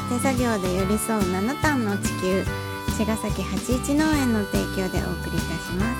手作業で寄り添う7単の地球、茅ヶ崎八一農園の提供でお送りいたします。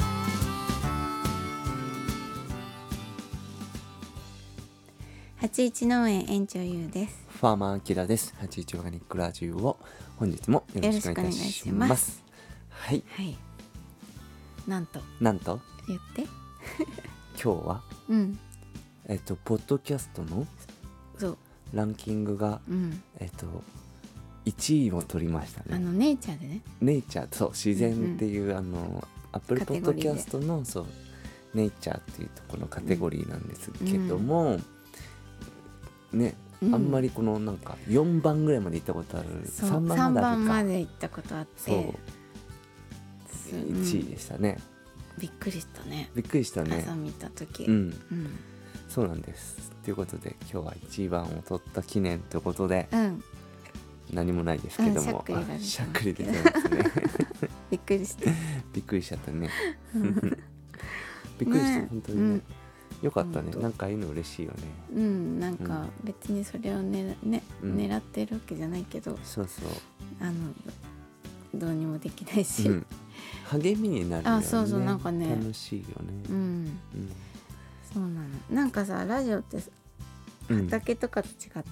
八一農園園長ゆうです。 ファーマーアキラです。八一オーガニックラジオを本日もよろしくお願いいたします。はい、 はい、なんと言って今日はポッドキャストのそうランキングが、1位を取りましたね。 ネイチャーでね、 ネイチャー、そう自然っていう、アップルポッドキャストのそうネイチャーっていうところのカテゴリーなんですけども、ね、あんまりこのなんか4番ぐらいまで行ったことある、3番まで行ったことあって、 そう1位でしたね。 びっくりしたね。朝見た時、 そうなんです。ということで今日は1番を取った記念ということで、何もないですけども、しゃっくり出てますね。 びっくりしちゃったね。びっくりした、本当にね。よかったね。なんかいいの嬉しいよね。 なんか別にそれを狙ってるわけじゃないけど、 そうどうにもできないし、 励みになるよね。 そうなんかね、 楽しいよね。 そうなの。なんかさ、ラジオって畑とかと違って、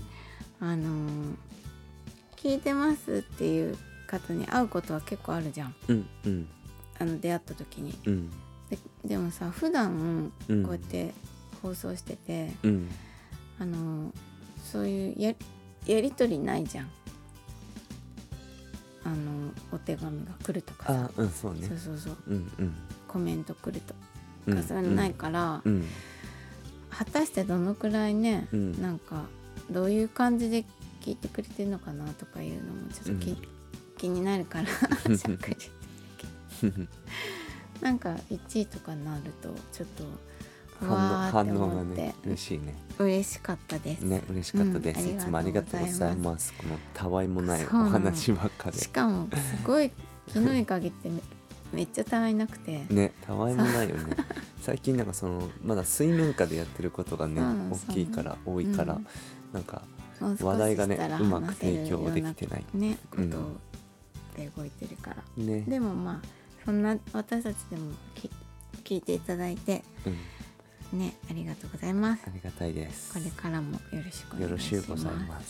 聞いてますっていう方に会うことは結構あるじゃん。出会った時に。でもさ、普段こうやって放送してて、そういうやり取りないじゃん。お手紙が来るとかさ、 そうね、 そう、コメント来るとかそれないから、果たしてどのくらいね、なんかどういう感じで聞いてくれてるのかなとかいうのもちょっと気になるからしゃっくりなんか1位とかになるとちょっとわーって思って、 ね、嬉しいね。 嬉しかったですね、嬉しかったです。いつもありがとうございます。このたわいもないお話ばっかで。 しかもすごい昨日に限ってめっちゃたわいなくて。 ね、たわいもないよね。最近なんかまだ水面下でやってることがね、多いから、なんか話題がねうまく提供できてないね、ことで動いてるから。でもまあそんな私たちでも聞いていただいて。ね、ありがとうございます。 ありがたいです。 これからもよろしくお願いします。 よろしゅうございます。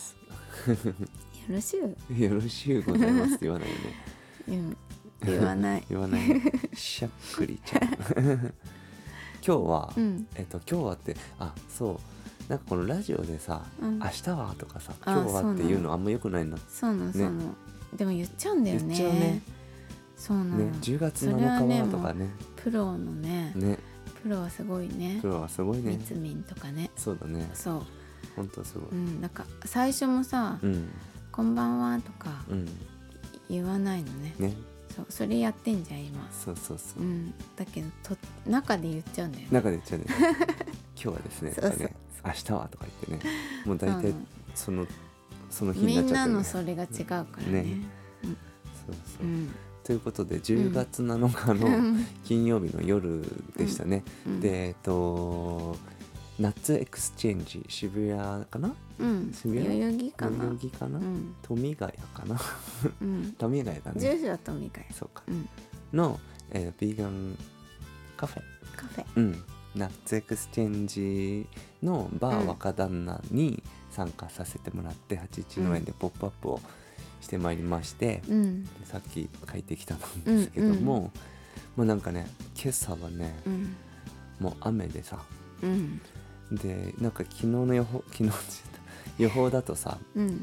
よろしゅうございますって言わないよね。言わない。 しゃっくりちゃう。今日は、今日はってなんかこのラジオでさ、明日はとかさ、今日はっていうのあんま良くないな。 そうなの。でも言っちゃうんだよね。 言っちゃうね。 そうなの。 10月7日はとかね。 プロのね。プロはすごいね。みつみんとかね。 そうだね。 そう。 本当すごい。 なんか最初もさ、こんばんはとか言わないのね。そう、それやってんじゃん今。 そう。 だけど中で言っちゃうんだよ。 今日はですね。明日はとか言ってね。もう大体その日になっちゃってる。 みんなのそれが違うからね。 そう。ということで10月7日の金曜日の夜でしたね。で夏エクスチェンジ渋谷かな、 代々木かな、 富ヶ谷かな、富ヶ谷だね。 住所は富ヶ谷。 そうか。のビーガンカフェ、夏エクスチェンジのバー若旦那に参加させてもらって、81農園でポップアップをしてまいりまして、さっき帰ってきたんですけども、もうなんかね、今朝はね、もう雨でさ、でなんか昨日の予報だとさ、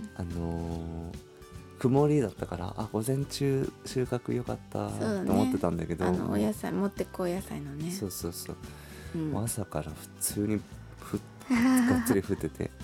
曇りだったから、午前中収穫良かったと思ってたんだけど、 お野菜持ってこう野菜のね。 そう、朝から普通にがっつり降ってて、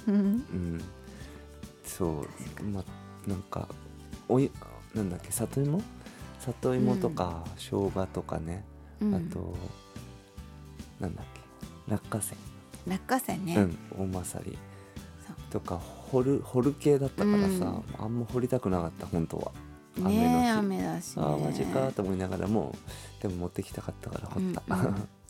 そうなんかなんだっけ、里芋とか生姜とかね、あとなんだっけ、落花生ね、おまさりとか掘る系だったからさ、あんま掘りたくなかった本当は。 雨だしね。 マジかと思いながらも、でも持ってきたかったから掘った。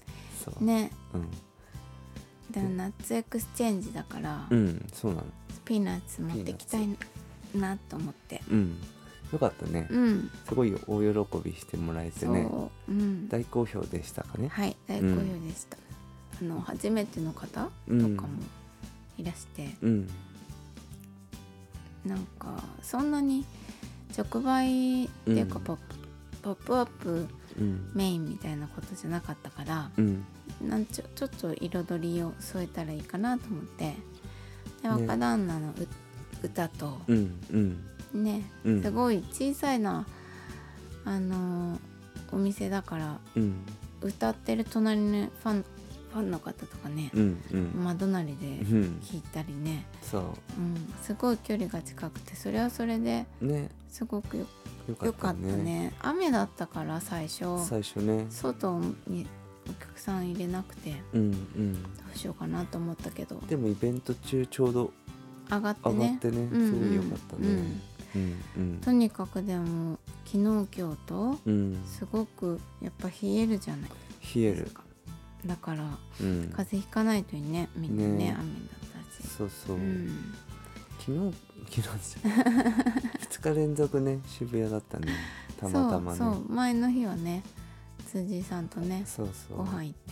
そうね。でも夏エクスチェンジだから、 そうなの。 ピーナッツ持ってきたいなと思って、 よかったね、すごい大喜びしてもらえてね、大好評でしたかね。 はい、大好評でした、初めての方とかもいらして、なんかそんなに直売っていうか、ポップアップメインみたいなことじゃなかったから、ちょっと彩りを添えたらいいかなと思って、で若旦那の歌と、ね、すごい小さいなお店だから、歌ってる隣のファンの方とかね、窓なりで弾いたりね、すごい距離が近くて、それはそれですごくよかったね。雨だったから最初ね、外にお客さん入れなくて、どうしようかなと思ったけど、 でもイベント中ちょうど上がってね、 すごいよかったね。 とにかくでも昨日今日とすごくやっぱ冷えるじゃない。 冷える。 だから、風邪ひかないといいね、みんなね、雨だったし。 そう、昨日2日連続ね渋谷だったね、たまたまね。そう前の日はね辻さんとねご飯行って、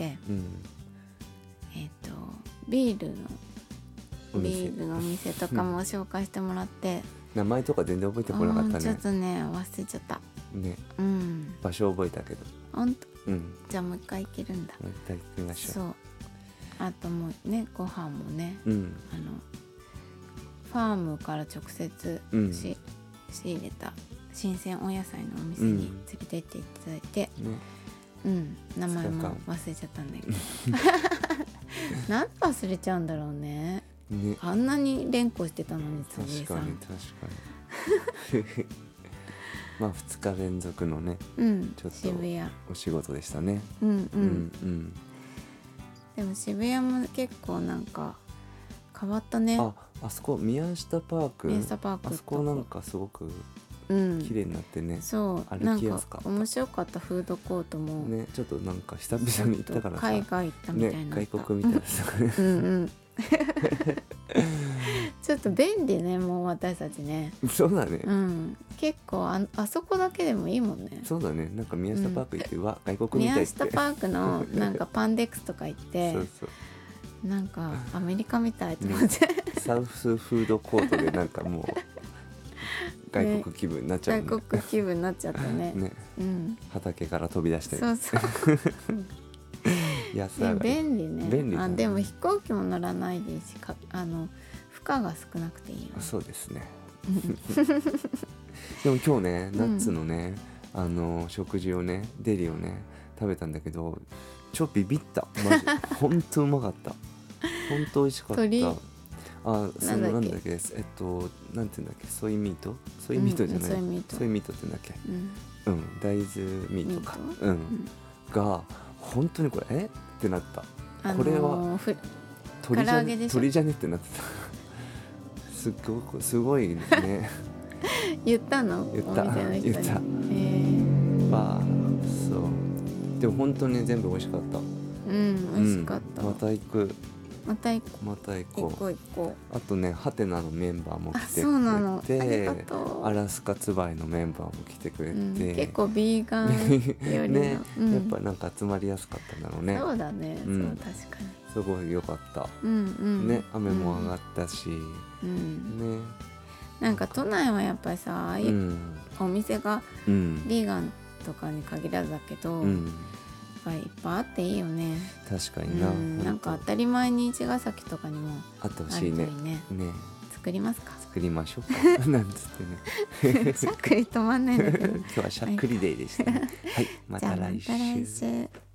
ビールのお店とかも紹介してもらって名前とか全然覚えてこなかったね。 ちょっとね忘れちゃったね、場所覚えたけど。 本当、じゃあもう一回行けるんだ。 もう一回行きましょう。 そう、あともうねご飯もね、ファームから直接仕入れた新鮮お野菜のお店に連れて行っていただいて、名前も忘れちゃったんだけどなんで忘れちゃうんだろうね。あんなに連呼してたのに辻さん。確かにまあ2日連続のね、ちょっとお仕事でしたね。 でも渋谷も結構なんか変わったね。 あそこ宮下パークあそこなんかすごく綺麗になってね、 そう歩きやすかった。面白かった。フードコートもね、ちょっとなんか久々に行ったからさ、 海外行ったみたいな、 外国みたいなさちょっと便利ね、もう私たちね。 そうだね、 結構あそこだけでもいいもんね。 そうだね、なんか宮下パーク行って、外国みたいって、 宮下パークのなんかパンデックスとか行ってなんかアメリカみたいと思って、 サウスフードコートでなんかもう外国気分になっちゃうね。 外国気分になっちゃったね。 畑から飛び出してそう安上がり。便利ね。便利だね。でも飛行機も乗らないでし、負荷が少なくていいよ。 そうですねでも今日ねナッツのね、食事をねデリをね食べたんだけど、超ビビった。マジほんとうまかった。ほんと美味しかった。なんだっけ、なんていうんだっけ、ソイミートじゃない、ソイミートってんだっけ、大豆ミートか、が本当にこれってなった。これは鳥じゃねってなってたすごいね言ったの？ 言った。そうでも本当に全部美味しかった。 美味しかった。 また行く。 また行こう。 あとねハテナのメンバーも来てくれて、アラスカツバイのメンバーも来てくれて、 結構ビーガンよりね、やっぱなんか集まりやすかったんだろうね。 そうだね、そう確かにすごい良かった、ね、雨も上がったし、ね、 なんか都内はやっぱりさ、ああいうお店がビーガンとかに限らずだけど、いっぱいあっていいよね。 確かにな、 なんか当たり前に茅ヶ崎とかにもあってほしいね。 作りますか。 作りましょうかなんつってねしゃっくり止まんないんだけど今日はしゃっくりデーでしたねはい、また来週。